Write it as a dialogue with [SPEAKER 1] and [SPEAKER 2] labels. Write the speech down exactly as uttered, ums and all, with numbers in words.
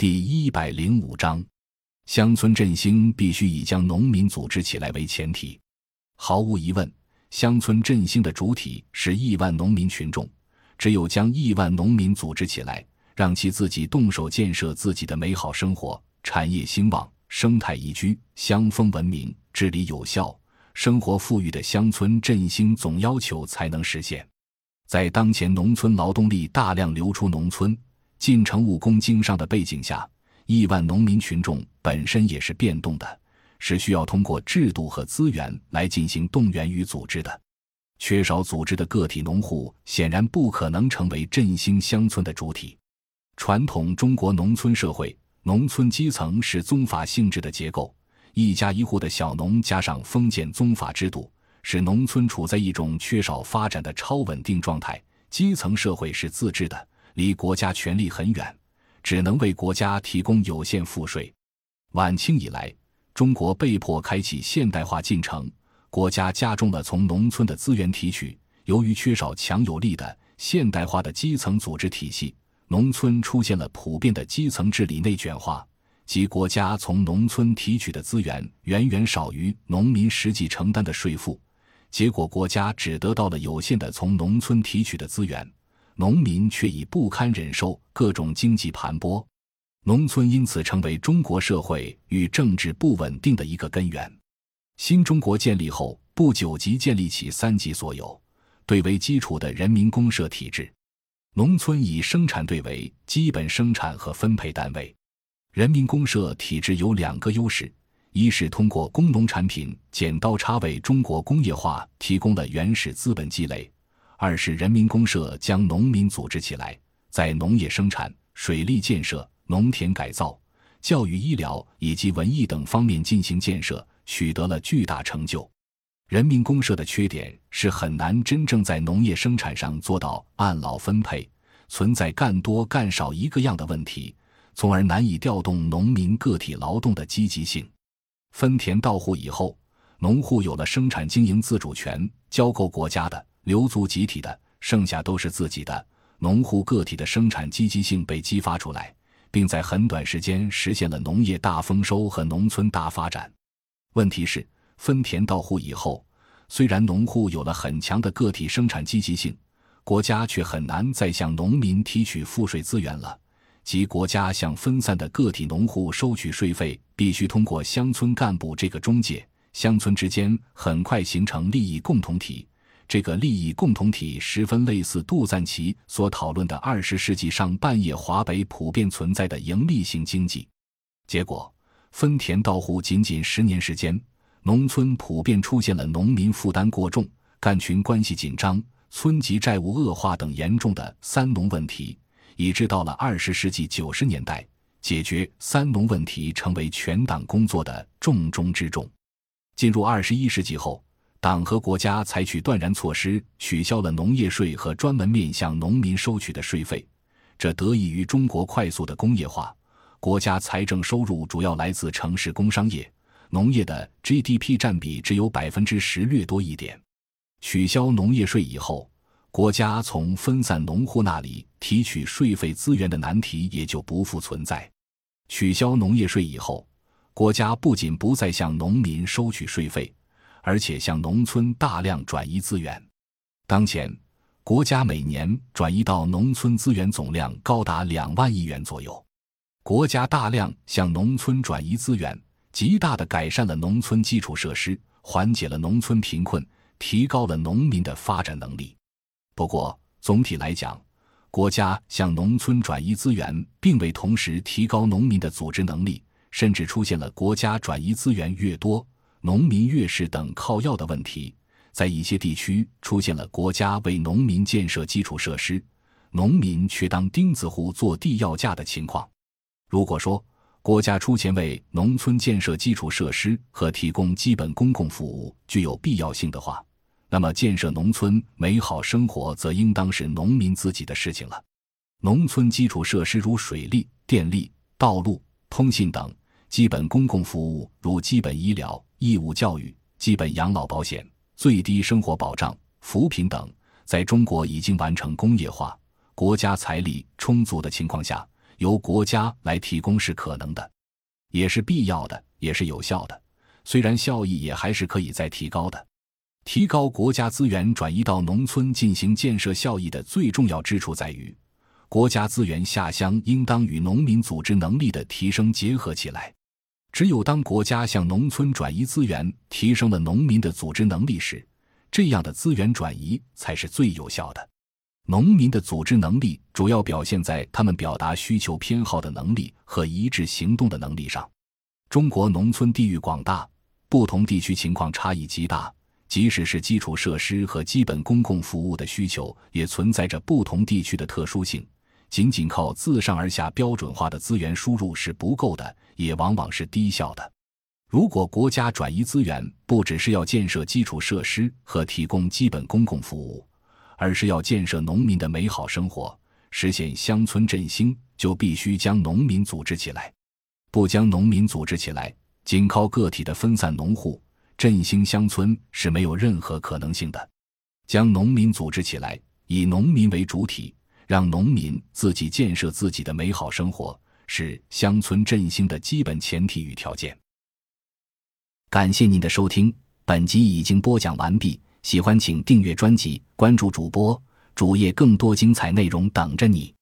[SPEAKER 1] 第一百零五章，乡村振兴必须以将农民组织起来为前提。毫无疑问，乡村振兴的主体是亿万农民群众，只有将亿万农民组织起来，让其自己动手建设自己的美好生活，产业兴旺，生态宜居，乡风文明，治理有效，生活富裕的乡村振兴总要求才能实现。在当前农村劳动力大量流出农村，进城务工经商的背景下，亿万农民群众本身也是变动的，是需要通过制度和资源来进行动员与组织的。缺少组织的个体农户显然不可能成为振兴乡村的主体。传统中国农村社会，农村基层是宗法性质的结构，一家一户的小农加上封建宗法制度，使农村处在一种缺少发展的超稳定状态。基层社会是自治的，离国家权力很远，只能为国家提供有限赋税。晚清以来，中国被迫开启现代化进程，国家加重了从农村的资源提取。由于缺少强有力的现代化的基层组织体系，农村出现了普遍的基层治理内卷化，即国家从农村提取的资源远远少于农民实际承担的税负，结果国家只得到了有限的从农村提取的资源，农民却已不堪忍受各种经济盘剥，农村因此成为中国社会与政治不稳定的一个根源。新中国建立后不久即建立起三级所有队为基础的人民公社体制，农村以生产队为基本生产和分配单位。人民公社体制有两个优势，一是通过工农产品剪刀差为中国工业化提供了原始资本积累，二是人民公社将农民组织起来，在农业生产、水利建设、农田改造、教育医疗以及文艺等方面进行建设，取得了巨大成就。人民公社的缺点是很难真正在农业生产上做到按劳分配，存在干多干少一个样的问题，从而难以调动农民个体劳动的积极性。分田到户以后，农户有了生产经营自主权，交够国家的，留足集体的，剩下都是自己的，农户个体的生产积极性被激发出来，并在很短时间实现了农业大丰收和农村大发展。问题是，分田到户以后，虽然农户有了很强的个体生产积极性，国家却很难再向农民提取赋税资源了，即国家向分散的个体农户收取税费，必须通过乡村干部这个中介，乡村之间很快形成利益共同体。这个利益共同体十分类似杜赞奇所讨论的二十世纪上半叶华北普遍存在的盈利性经济。结果，分田到户仅仅十年时间，农村普遍出现了农民负担过重、干群关系紧张、村级债务恶化等严重的三农问题，以致到了二十世纪九十年代，解决三农问题成为全党工作的重中之重。进入二十一世纪后，党和国家采取断然措施，取消了农业税和专门面向农民收取的税费，这得益于中国快速的工业化，国家财政收入主要来自城市工商业，农业的 G D P 占比只有 百分之十 略多一点。取消农业税以后，国家从分散农户那里提取税费资源的难题也就不复存在。取消农业税以后，国家不仅不再向农民收取税费，而且向农村大量转移资源。当前，国家每年转移到农村资源总量高达两万亿元左右。国家大量向农村转移资源，极大地改善了农村基础设施，缓解了农村贫困，提高了农民的发展能力。不过，总体来讲，国家向农村转移资源并未同时提高农民的组织能力，甚至出现了国家转移资源越多，农民越是等靠要的问题。在一些地区出现了国家为农民建设基础设施，农民却当钉子户做地要价的情况。如果说国家出钱为农村建设基础设施和提供基本公共服务具有必要性的话，那么建设农村美好生活则应当是农民自己的事情了。农村基础设施如水利、电力、道路、通信等，基本公共服务如基本医疗、义务教育、基本养老保险、最低生活保障、扶贫等，在中国已经完成工业化，国家财力充足的情况下， 由国家来提供是可能的，也是必要的，也是有效的，虽然效益也还是可以再提高的。提高国家资源转移到农村进行建设效益的最重要之处在于，国家资源下乡应当与农民组织能力的提升结合起来。只有当国家向农村转移资源，提升了农民的组织能力时，这样的资源转移才是最有效的。农民的组织能力主要表现在他们表达需求偏好的能力和一致行动的能力上。中国农村地域广大，不同地区情况差异极大，即使是基础设施和基本公共服务的需求，也存在着不同地区的特殊性。仅仅靠自上而下标准化的资源输入是不够的，也往往是低效的。如果国家转移资源不只是要建设基础设施和提供基本公共服务，而是要建设农民的美好生活，实现乡村振兴，就必须将农民组织起来。不将农民组织起来，仅靠个体的分散农户，振兴乡村是没有任何可能性的。将农民组织起来，以农民为主体，让农民自己建设自己的美好生活，是乡村振兴的基本前提与条件。感谢您的收听，本集已经播讲完毕，喜欢请订阅专辑，关注主播，主页更多精彩内容等着你。